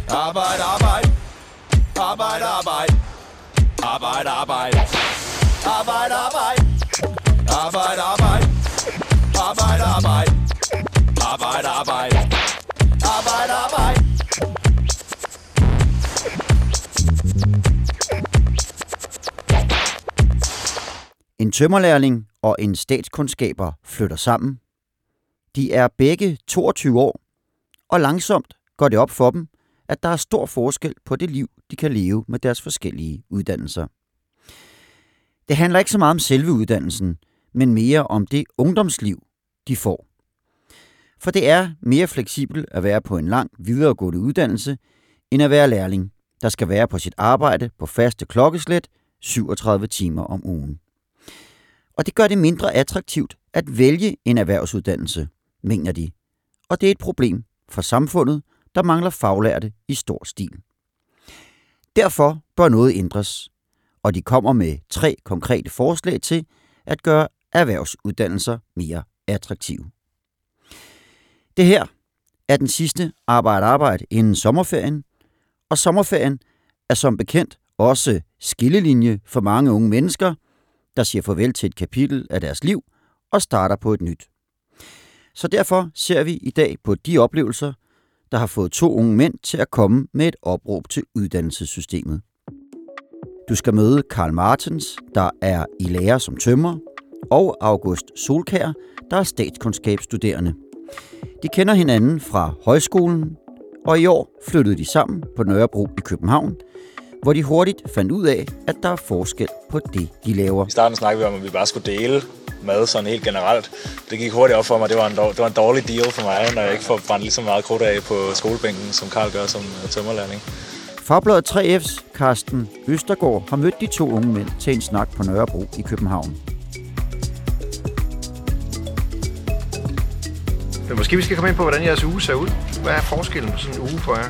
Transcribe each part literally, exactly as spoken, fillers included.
Arbejde, arbejde. Arbejde, arbejde. Arbejde, arbejde. Arbejde, arbejde. Arbejde, arbejde. Arbejde, arbejde. Arbejde, arbejde. Arbejde, arbejde. En tømmerlærling og en statskundskaber flytter sammen. De er begge toogtyve år, og langsomt går det op for dem, at der er stor forskel på det liv, de kan leve med deres forskellige uddannelser. Det handler ikke så meget om selve uddannelsen, men mere om det ungdomsliv, de får. For det er mere fleksibelt at være på en lang videregående uddannelse, end at være lærling, der skal være på sit arbejde på faste klokkeslæt syvogtredive timer om ugen. Og det gør det mindre attraktivt at vælge en erhvervsuddannelse, mener de. Og det er et problem for samfundet, der mangler faglærte i stor stil. Derfor bør noget ændres, og de kommer med tre konkrete forslag til at gøre erhvervsuddannelser mere attraktive. Det her er den sidste arbejde-arbejde inden sommerferien, og sommerferien er som bekendt også skillelinje for mange unge mennesker, der siger farvel til et kapitel af deres liv og starter på et nyt. Så derfor ser vi i dag på de oplevelser, der har fået to unge mænd til at komme med et opråb til uddannelsessystemet. Du skal møde Karl Martens, der er i lære som tømrer, og August Solkjær, der er statskundskabsstuderende. De kender hinanden fra højskolen, og i år flyttede de sammen på Nørrebro i København, hvor de hurtigt fandt ud af, at der er forskel på det, de laver. I starten snakkede vi om, at vi bare skulle dele mad sådan helt generelt. Det gik hurtigt op for mig, det var en, det var en dårlig deal for mig, når jeg ikke får brændt lige så meget krudt af på skolebænken, som Karl gør som tømmerlærling. Fagbladet tre F's Carsten Østergaard har mødt de to unge mænd til en snak på Nørrebro i København. Men måske vi skal komme ind på, hvordan jeres uge ser ud. Hvad er forskellen på sådan en uge for jer?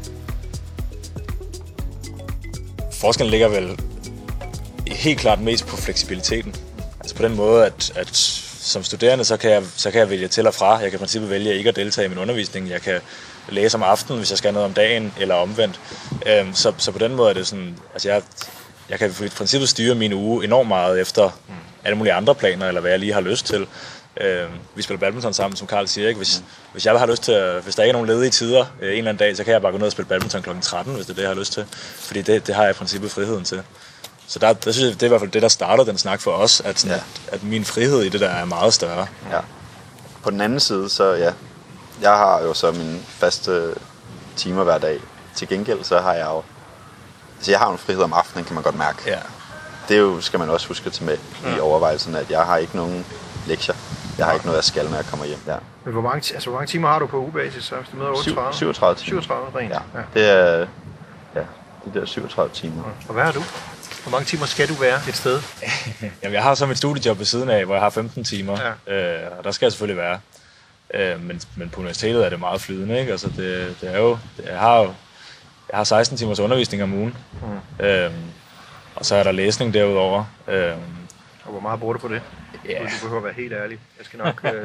Forskellen ligger vel helt klart mest på fleksibiliteten. Altså på den måde, at, at som studerende, så kan, jeg, så kan jeg vælge til og fra. Jeg kan i princippet vælge ikke at deltage i min undervisning. Jeg kan læse om aftenen, hvis jeg skal noget om dagen, eller omvendt. Øhm, så, så på den måde er det sådan, altså jeg, jeg kan i princippet styre min uge enormt meget efter alle mulige andre planer, eller hvad jeg lige har lyst til. Øhm, vi spiller badminton sammen, som Karl siger. Ikke? Hvis, hvis jeg har lyst til, at, hvis der ikke er nogen ledige tider øh, en eller anden dag, så kan jeg bare gå ned og spille badminton klokken tretten, hvis det er det, jeg har lyst til. Fordi det, det har jeg i princippet friheden til. Så der, der synes jeg, det er i hvert fald det, der starter den snak for os, at, sådan, ja. at, at min frihed i det der er meget større. Ja. På den anden side, så ja, jeg har jo så mine faste timer hver dag. Til gengæld, så har jeg jo, altså jeg har en frihed om aftenen, kan man godt mærke. Ja. Det er jo, skal man også huske at tage med ja. i overvejelsen, at jeg har ikke nogen lektier. Jeg har ikke noget, jeg skal, når jeg kommer hjem. Ja. Men hvor mange, altså, hvor mange timer har du på ugebasis, så hvis du møder otteogtredive? syvogtredive timer. syvogtredive rent? Ja. ja. Det er ja, de der syvogtredive timer. Og hvad har du? Hvor mange timer skal du være et sted? Jamen, jeg har så mit studiejob ved siden af, hvor jeg har femten timer. Ja. Øh, og der skal jeg selvfølgelig være. Øh, men, men på universitetet er det meget flydende, ikke? Altså, det, det er jo, det, jeg har jo jeg har seksten timers undervisning om ugen. Mm. Øh, og så er der læsning derudover. Øh, og hvor meget bruger du på det? Yeah. Du behøver at være helt ærlig. Jeg skal nok... Øh...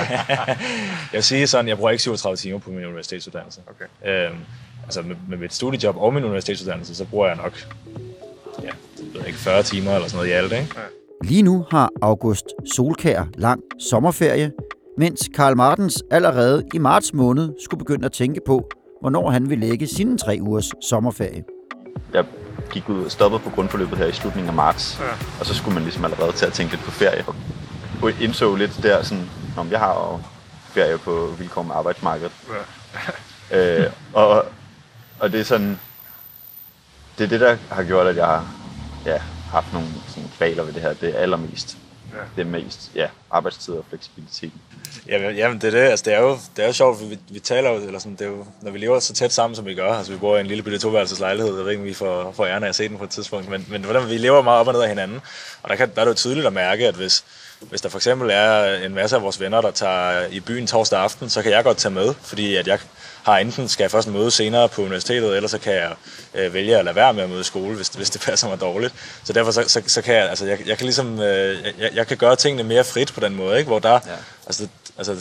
jeg vil sige sådan, jeg bruger ikke syvogtredive timer på min universitetsuddannelse. Okay. Øh, altså med, med mit studiejob og min universitetsuddannelse, så bruger jeg nok ja, jeg ved ikke, fyrre timer eller sådan noget i alt, ikke? Ja. Lige nu har August Solkjær lang sommerferie, mens Karl Martens allerede i marts måned skulle begynde at tænke på, hvornår han vil lægge sine tre ugers sommerferie. Jeg gik ud og stoppede på grundforløbet her i slutningen af marts, ja. Og så skulle man ligesom allerede til at tænke lidt på ferie. Og indså lidt der sådan, om jeg har jo ferie på vilkår med arbejdsmarkedet. Ja. øh, og, og det er sådan, det er det, der har gjort, at jeg har ja, haft nogle sådan kvaler ved det her. Det er allermest. Ja. Det er mest, ja, arbejdstid og fleksibiliteten. Jamen, jamen det er det. Altså, det er jo, det er jo sjovt, vi, vi taler jo, eller sådan, det er jo, når vi lever så tæt sammen, som vi gør. Altså, vi bor i en lille bitte toværelseslejlighed. Jeg ved ikke, om vi får, får æren af at se den på et tidspunkt, men, men hvordan vi lever meget op og ned af hinanden. Og der, kan, der er det jo tydeligt at mærke, at hvis, hvis der for eksempel er en masse af vores venner, der tager i byen torsdag aften, så kan jeg godt tage med, fordi at jeg har enten skal jeg først møde senere på universitetet, eller så kan jeg øh, vælge at lade være med at møde skole, hvis, hvis det passer mig dårligt. Så derfor så, så, så kan jeg, altså jeg, jeg kan ligesom, øh, jeg, jeg kan gøre tingene mere frit på den måde, ikke? Hvor der, ja. altså, altså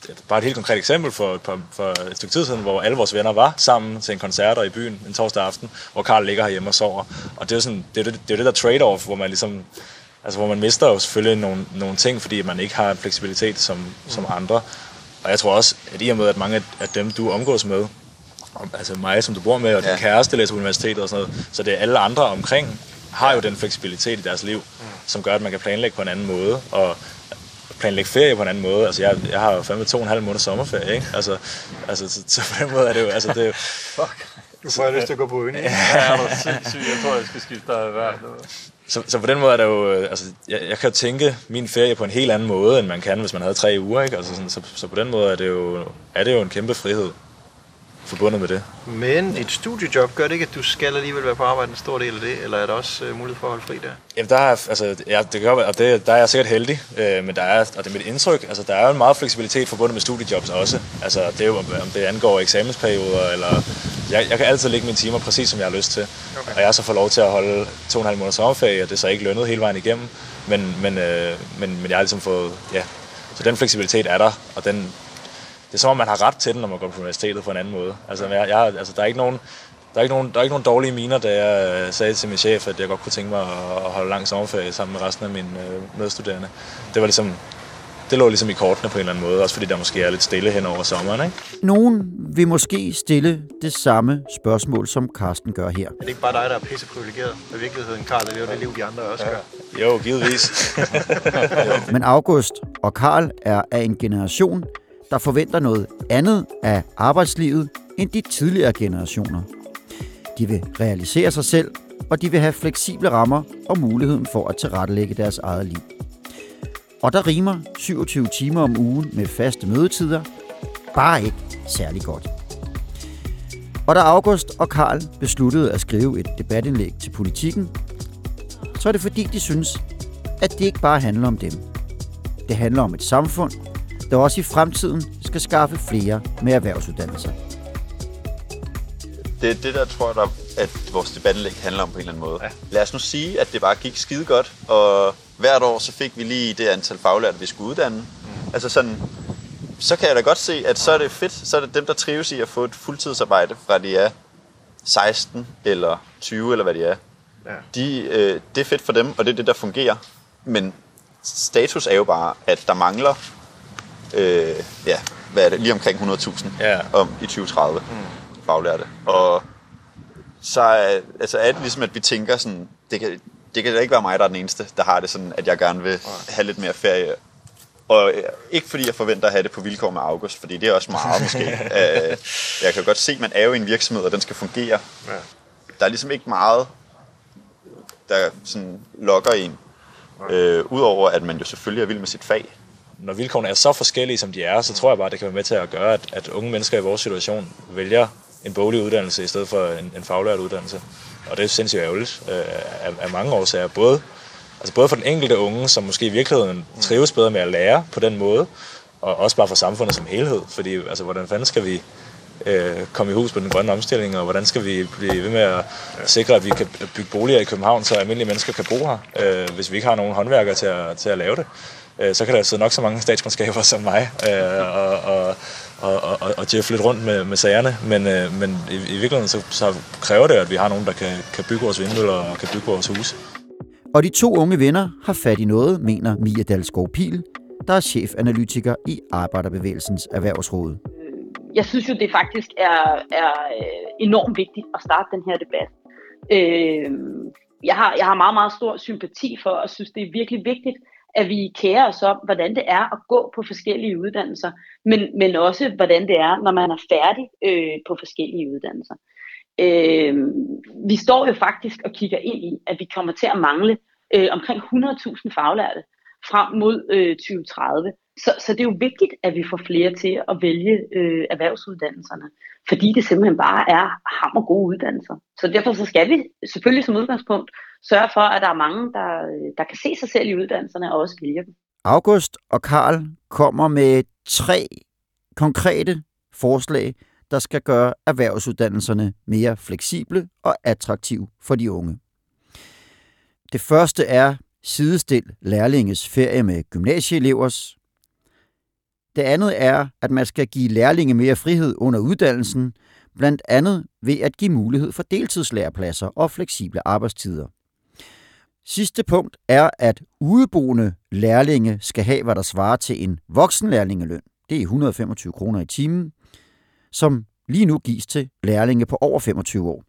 bare et helt konkret eksempel for, for, for et stykke tid siden, hvor alle vores venner var sammen til en koncert i byen en torsdag aften, hvor Karl ligger herhjemme og sover. Og det er jo sådan, det er det, det, er det der trade-off, hvor man ligesom, altså hvor man mister jo selvfølgelig nogle, nogle ting, fordi man ikke har en fleksibilitet som, som andre. Og jeg tror også, at i og med, at mange af dem, du omgås med, altså mig, som du bor med, og din ja. kæreste læser på universitetet og sådan noget, så det er alle andre omkring, har jo den fleksibilitet i deres liv, mm. som gør, at man kan planlægge på en anden måde, og planlægge ferie på en anden måde. Altså, jeg, jeg har jo fandme to og en halv måned sommerferie, ikke? Altså, altså så, så på den måde er det jo... Altså, det er jo fuck, du får lyst til at gå på øen, ikke? Ja, jeg er sindssygt. Jeg tror, jeg skal skifte dig hver. Så, så på den måde er det jo... Altså, jeg, jeg kan jo tænke min ferie på en helt anden måde, end man kan, hvis man havde tre uger, ikke? Altså, sådan, så, så på den måde er det, jo, er det jo en kæmpe frihed forbundet med det. Men et studiejob, gør det ikke, at du skal alligevel være på arbejde en stor del af det, eller er der også uh, mulighed for at holde fri der? Jamen, der er, altså, ja, det gør, og det, der er jeg sikkert heldig, øh, men der er, og det er mit indtryk, altså, der er jo en meget fleksibilitet forbundet med studiejobs også. Altså, det er jo, om det angår eksamensperioder, eller... Jeg, jeg kan altid lægge mine timer præcis, som jeg har lyst til. Okay. Og jeg har så fået lov til at holde to og en halv måneder sommerferie, og det er så ikke lønnet hele vejen igennem, men, men, øh, men, men jeg har ligesom fået... Ja, så den fleksibilitet er der, og den... Det er som om, man har ret til den, når man går på universitetet på en anden måde. Altså, jeg, jeg, altså der, er ikke nogen, der, er ikke nogen, der er ikke nogen dårlige miner, da jeg sagde til min chef, at jeg godt kunne tænke mig at holde lang sommerferie sammen med resten af mine øh, medstuderende. Det var ligesom, det lå ligesom i kortene på en eller anden måde, også fordi der måske er lidt stille hen over sommeren, ikke? Nogen vil måske stille det samme spørgsmål, som Carsten gør her. Er det ikke bare dig, der er pisseprivilegeret i virkeligheden, Karl? Det er jo det liv, de andre også gør. Jo, givetvis. jo. Men August og Karl er af en generation, der forventer noget andet af arbejdslivet end de tidligere generationer. De vil realisere sig selv, og de vil have fleksible rammer og muligheden for at tilrettelægge deres eget liv. Og der rimer syvogtyve timer om ugen med faste mødetider bare ikke særlig godt. Og da August og Karl besluttede at skrive et debatindlæg til Politikken, så er det fordi, de synes, at det ikke bare handler om dem. Det handler om et samfund, der også i fremtiden skal skaffe flere med erhvervsuddannelser. Det er det, der tror jeg, der, at vores debatindlæg handler om på en eller anden måde. Ja. Lad os nu sige, at det bare gik skide godt, og hvert år så fik vi lige det antal faglærte, vi skulle uddanne. Mm. Altså sådan, så kan jeg da godt se, at så er det fedt, så er det dem, der trives i at få et fuldtidsarbejde, fra de er seksten eller tyve, eller hvad de er. Ja. De, øh, det er fedt for dem, og det er det, der fungerer. Men status er jo bare, at der mangler Øh, ja, hvad er det? Lige omkring hundrede tusind yeah. om i tyve tredive mm. faglærte. Og så er, altså er det ligesom, at vi tænker sådan, det kan, det kan da ikke være mig, der er den eneste, der har det sådan, at jeg gerne vil have lidt mere ferie. Og ikke fordi jeg forventer at have det på vilkår med August, fordi det er også meget måske. øh, jeg kan godt se, at man er jo i en virksomhed, og den skal fungere. Ja. Der er ligesom ikke meget, der sådan lokker en. Øh, Udover at man jo selvfølgelig er vild med sit fag. Når vilkårene er så forskellige, som de er, så tror jeg bare, det kan være med til at gøre, at, at unge mennesker i vores situation vælger en boglig uddannelse i stedet for en, en faglært uddannelse. Og det er sindssygt ærgerligt øh, af, af mange årsager. Både, altså både for den enkelte unge, som måske i virkeligheden trives bedre med at lære på den måde, og også bare for samfundet som helhed. Fordi altså, hvordan fanden skal vi øh, komme i hus på den grønne omstilling, og hvordan skal vi blive ved med at sikre, at vi kan bygge boliger i København, så almindelige mennesker kan bo her, øh, hvis vi ikke har nogen håndværkere til at, til at lave det. Så kan der sidde nok så mange statskundskaber som mig øh, og, og, og, og, og Jeff lidt rundt med, med sagerne, men, øh, men i, i virkeligheden så, så kræver det, at vi har nogen, der kan, kan bygge vores vindmøller og kan bygge vores hus. Og de to unge venner har fat i noget, mener Mia Dalsgaard Pihl, der er chefanalytiker i Arbejderbevægelsens Erhvervsråd. Jeg synes jo, det faktisk er, er enormt vigtigt at starte den her debat. Øh, jeg, har, jeg har meget, meget stor sympati for, og synes, det er virkelig vigtigt, at vi kærer os om, hvordan det er at gå på forskellige uddannelser, men, men også, hvordan det er, når man er færdig øh, på forskellige uddannelser. Øh, vi står jo faktisk og kigger ind i, at vi kommer til at mangle øh, omkring hundrede tusind faglærte frem mod øh, tyve tredive. Så, så det er jo vigtigt, at vi får flere til at vælge øh, erhvervsuddannelserne, fordi det simpelthen bare er hammer gode uddannelser. Så derfor så skal vi selvfølgelig som udgangspunkt sørge for, at der er mange, der, der kan se sig selv i uddannelserne og også vælge dem. August og Karl kommer med tre konkrete forslag, der skal gøre erhvervsuddannelserne mere fleksible og attraktive for de unge. Det første er sidestil lærlinges ferie med gymnasieelevers. Det andet er, at man skal give lærlinge mere frihed under uddannelsen, blandt andet ved at give mulighed for deltidslærepladser og fleksible arbejdstider. Sidste punkt er, at udeboende lærlinge skal have, hvad der svarer til en voksenlærlingeløn. Det er et hundrede og femogtyve kroner i timen, som lige nu gives til lærlinge på over femogtyve år.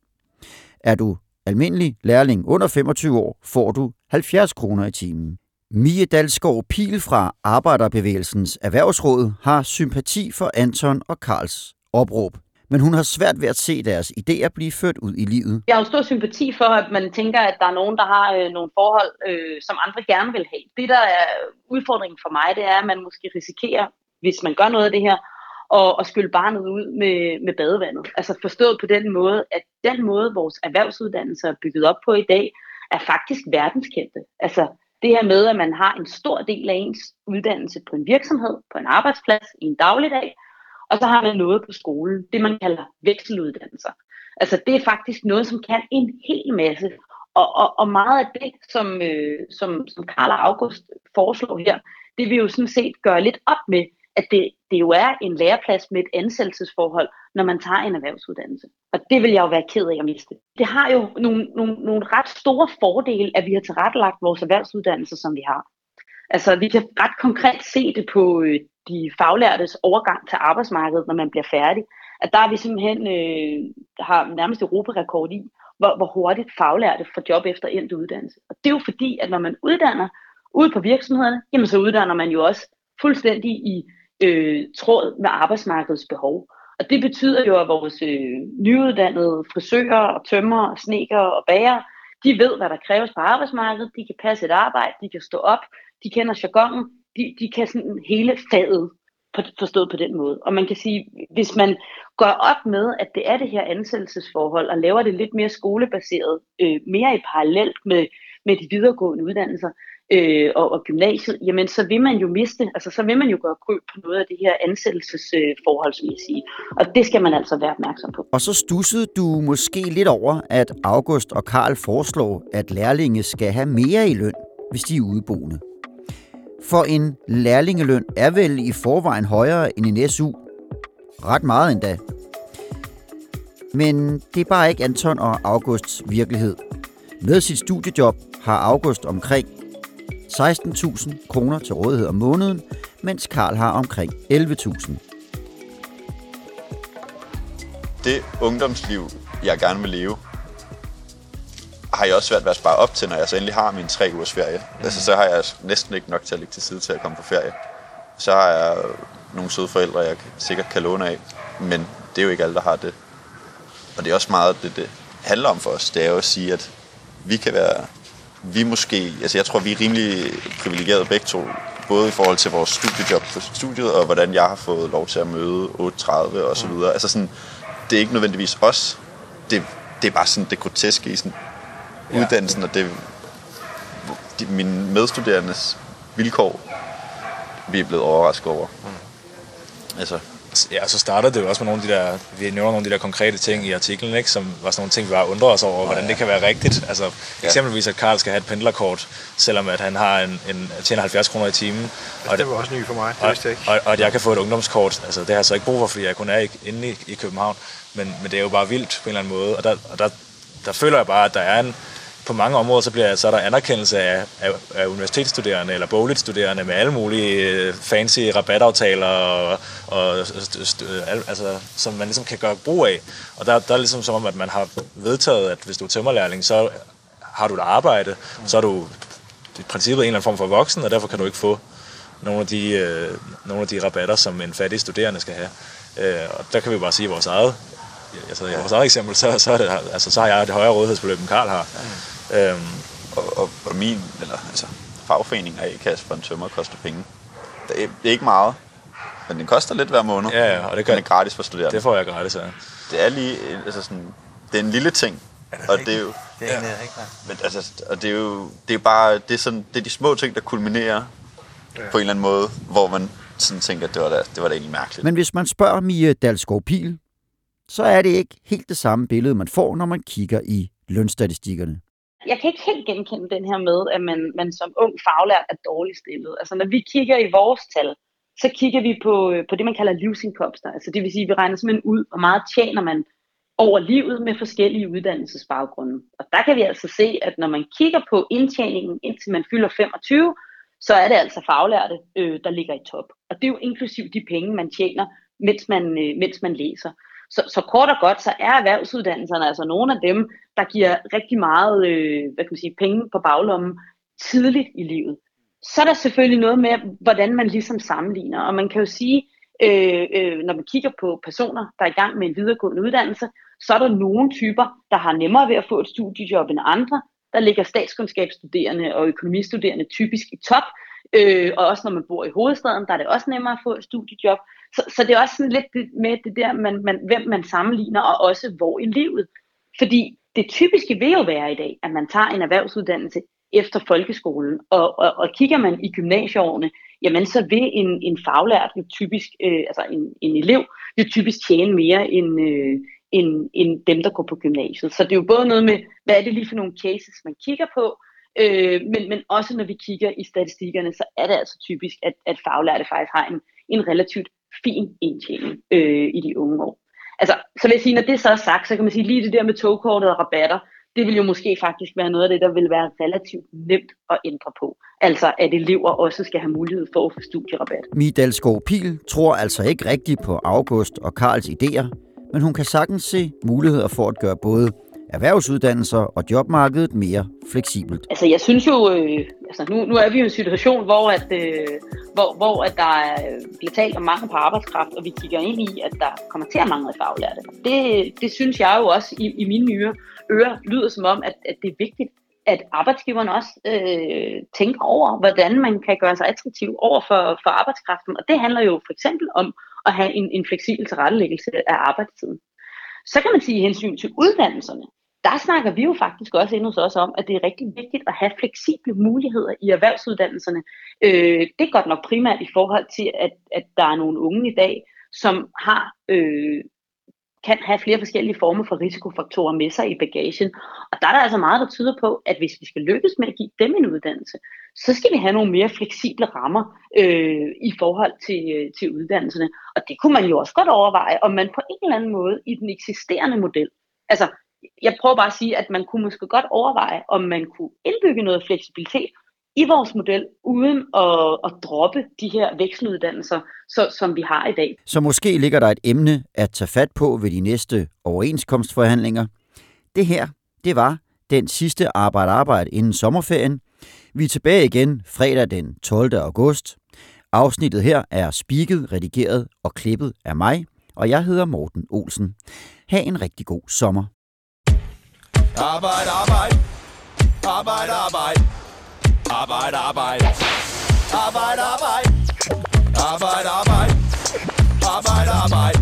Er du almindelig lærling under femogtyve år, får du halvfjerds kroner i timen. Mie Dalsgaard Pihl fra Arbejderbevægelsens Erhvervsråd har sympati for Anton og Karls opråb, men hun har svært ved at se deres idéer blive ført ud i livet. Jeg har jo stor sympati for, at man tænker, at der er nogen, der har øh, nogle forhold, øh, som andre gerne vil have. Det, der er udfordringen for mig, det er, at man måske risikerer, hvis man gør noget af det her, og, og skylle barnet ud med, med badevandet. Altså forstået på den måde, at den måde, vores erhvervsuddannelser er bygget op på i dag, er faktisk verdenskendte. Altså det her med, at man har en stor del af ens uddannelse på en virksomhed, på en arbejdsplads, i en dagligdag, og så har man noget på skolen, det man kalder vekseluddannelser. Altså det er faktisk noget, som kan en hel masse. Og, og, og meget af det, som, øh, som, som Karl og August foreslår her, det vil jo sådan set gøre lidt op med, at det, det jo er en læreplads med et ansættelsesforhold, når man tager en erhvervsuddannelse. Og det vil jeg jo være ked af at miste. Det har jo nogle, nogle, nogle ret store fordele, at vi har tilrettelagt vores erhvervsuddannelser, som vi har. Altså vi kan ret konkret se det på øh, de faglærtes overgang til arbejdsmarkedet, når man bliver færdig. At der er vi simpelthen øh, har nærmest europarekord i, hvor, hvor hurtigt faglærte får job efter endt uddannelse. Og det er jo fordi, at når man uddanner ude på virksomhederne, jamen så uddanner man jo også fuldstændig i øh, tråd med arbejdsmarkedets behov. Og det betyder jo, at vores øh, nyuddannede frisører og tømrer og snedkere og bager, de ved, hvad der kræves på arbejdsmarkedet, de kan passe et arbejde, de kan stå op, de kender jargonen, de, de kan sådan hele faget forstået på den måde. Og man kan sige, hvis man går op med, at det er det her ansættelsesforhold, og laver det lidt mere skolebaseret, øh, mere i parallelt med, med de videregående uddannelser, Øh, og, og gymnasiet, jamen så vil man jo miste, altså så vil man jo gøre køb på noget af det her ansættelsesforhold, som jeg siger. Og det skal man altså være opmærksom på. Og så stussede du måske lidt over, at August og Karl foreslår, at lærlinge skal have mere i løn, hvis de er udeboende. For en lærlingeløn er vel i forvejen højere end en S U. Ret meget endda. Men det er bare ikke Anton og Augusts virkelighed. Med sit studiejob har August omkring seksten tusind kroner til rådighed om måneden, mens Karl har omkring elleve tusind. Det ungdomsliv, jeg gerne vil leve, har jeg også svært ved at spare op til, når jeg så endelig har min tre ugers ferie. Mm. Altså, så har jeg næsten ikke nok til at lægge til side til at komme på ferie. Så har jeg nogle søde forældre, jeg sikkert kan låne af, men det er jo ikke alle, der har det. Og det er også meget det, det handler om for os. Det er jo at sige, at vi kan være... Vi måske, altså jeg tror, vi er rimelig privilegerede begge to, både i forhold til vores studiejob på studiet, og hvordan jeg har fået lov til at møde otte tredive og så videre. Altså sådan, det er ikke nødvendigvis os, det, det er bare sådan det groteske i sådan ja. Uddannelsen, og det de, mine medstuderendes vilkår, vi er blevet overrasket over. Mm. Altså... Ja, så starter det jo også med nogle af de der, vi nævner nogle af de der konkrete ting i artiklen, ikke, som var sådan nogle ting, vi bare undrer os over, oh, hvordan ja. Det kan være rigtigt. Altså ja. Eksempelvis, at Karl skal have et pendlerkort, selvom at han har en, en tjener halvfjerds kroner i timen. Ja, og det var også ny for mig, det vidste jeg ikke. Og, og, og at jeg kan få et ungdomskort, altså det har jeg så ikke brug for, fordi jeg kun er ikke inde i, i København, men, men det er jo bare vildt på en eller anden måde, og der, og der, der føler jeg bare, at der er en, på mange områder, så, bliver, så er der anerkendelse af, af, af universitetsstuderende eller bogligt-studerende med alle mulige fancy rabataftaler, og, og, altså, som man ligesom kan gøre brug af. Og der, der er ligesom som om, at man har vedtaget, at hvis du er tømmerlærling, så har du et arbejde, så er du i princippet en eller anden form for voksen, og derfor kan du ikke få nogle af de, øh, nogle af de rabatter, som en fattig studerende skal have. Øh, og der kan vi bare sige, at vores eget Altså, i vores eget eksempel, så, så, er det, altså, så har jeg det højere rådighedsbeløb, end Karl har. Mm. Øhm. Og, og, og min, eller altså, fagforening af A-kasse for en tømmer koster penge. Det er, det er ikke meget, men den koster lidt hver måned. Ja, ja, og det, gør, den er gratis for studerende. Det får jeg gratis, ja. Det er lige, altså sådan, det er en lille ting. Er det og rigtigt? det er jo, det er ja. Ikke, men altså, og det er jo, det er bare, det er sådan, det er de små ting, der kulminerer ja. På en eller anden måde, hvor man sådan tænker, at det var da, det var da egentlig mærkeligt. Men hvis man spørger Mie Dalsgaard Pihl, så er det ikke helt det samme billede, man får, når man kigger i lønstatistikkerne. Jeg kan ikke helt genkende den her med, at man, man som ung faglært er dårligt stillet. Altså når vi kigger i vores tal, så kigger vi på, på det, man kalder livsindkomster. Altså det vil sige, at vi regner simpelthen ud, hvor meget tjener man over livet med forskellige uddannelsesbaggrunde. Og der kan vi altså se, at når man kigger på indtjeningen, indtil man fylder femogtyve, så er det altså faglærte, øh, der ligger i top. Og det er jo inklusiv de penge, man tjener, mens man, øh, mens man læser. Så, så kort og godt, så er erhvervsuddannelserne altså nogle af dem, der giver rigtig meget øh, hvad kan man sige, penge på baglommen tidligt i livet. Så er der selvfølgelig noget med, hvordan man ligesom sammenligner. Og man kan jo sige, øh, øh, når man kigger på personer, der er i gang med en videregående uddannelse, så er der nogle typer, der har nemmere ved at få et studiejob end andre. Der ligger statskundskabsstuderende og økonomistuderende typisk i top. Øh, og også når man bor i hovedstaden, der er det også nemmere at få et studiejob. Så, så det er også sådan lidt det, med det der, man, man, hvem man sammenligner, og også hvor i livet. Fordi det typiske vil jo være i dag, at man tager en erhvervsuddannelse efter folkeskolen, og, og, og kigger man i gymnasieårene, jamen så vil en, en faglært jo typisk, øh, altså en, en elev, jo typisk tjene mere end, øh, end, end dem, der går på gymnasiet. Så det er jo både noget med, hvad er det lige for nogle cases, man kigger på, øh, men, men også når vi kigger i statistikkerne, så er det altså typisk, at, at faglærte faktisk har en, en relativt fin indtjening øh, i de unge år. Altså, så vil jeg sige, når det så er sagt, så kan man sige, lige det der med togkortet og rabatter, det vil jo måske faktisk være noget af det, der vil være relativt nemt at ændre på. Altså, at elever også skal have mulighed for at få studierabat. Mie Dalsgaard Pihl tror altså ikke rigtigt på August og Karls idéer, men hun kan sagtens se muligheder for at gøre både erhvervsuddannelser og jobmarkedet mere fleksibelt. Altså, jeg synes jo, øh, altså nu, nu er vi jo i en situation, hvor, at, øh, hvor, hvor at der bliver talt om mangel på arbejdskraft, og vi kigger ind i, at der kommer til at mangle faglærte. Det, det synes jeg jo også i, i mine ører, ører lyder som om, at, at det er vigtigt, at arbejdsgiverne også øh, tænker over, hvordan man kan gøre sig attraktiv over for, for arbejdskraften. Og det handler jo for eksempel om at have en, en fleksibel tilrettelæggelse af arbejdstiden. Så kan man sige hensyn til uddannelserne. Der snakker vi jo faktisk også inde hos os om, at det er rigtig vigtigt at have fleksible muligheder i erhvervsuddannelserne. Øh, det er godt nok primært i forhold til, at, at der er nogle unge i dag, som har, øh, kan have flere forskellige former for risikofaktorer med sig i bagagen. Og der er der altså meget, der tyder på, at hvis vi skal lykkes med at give dem en uddannelse, så skal vi have nogle mere fleksible rammer øh, i forhold til, øh, til uddannelserne. Og det kunne man jo også godt overveje, om man på en eller anden måde i den eksisterende model, altså jeg prøver bare at sige, at man kunne måske godt overveje, om man kunne indbygge noget fleksibilitet i vores model, uden at, at droppe de her vekseluddannelser, så, som vi har i dag. Så måske ligger der et emne at tage fat på ved de næste overenskomstforhandlinger. Det her, det var den sidste arbejde-arbejde inden sommerferien. Vi er tilbage igen fredag den tolvte august. Afsnittet her er speaket, redigeret og klippet af mig, og jeg hedder Morten Olsen. Ha' en rigtig god sommer. Arbejde, arbejde. Arbejde, arbejde. Arbejde, arbejde. Arbejde, arbejde. Arbejde, arbejde. Arbejde, arbejde.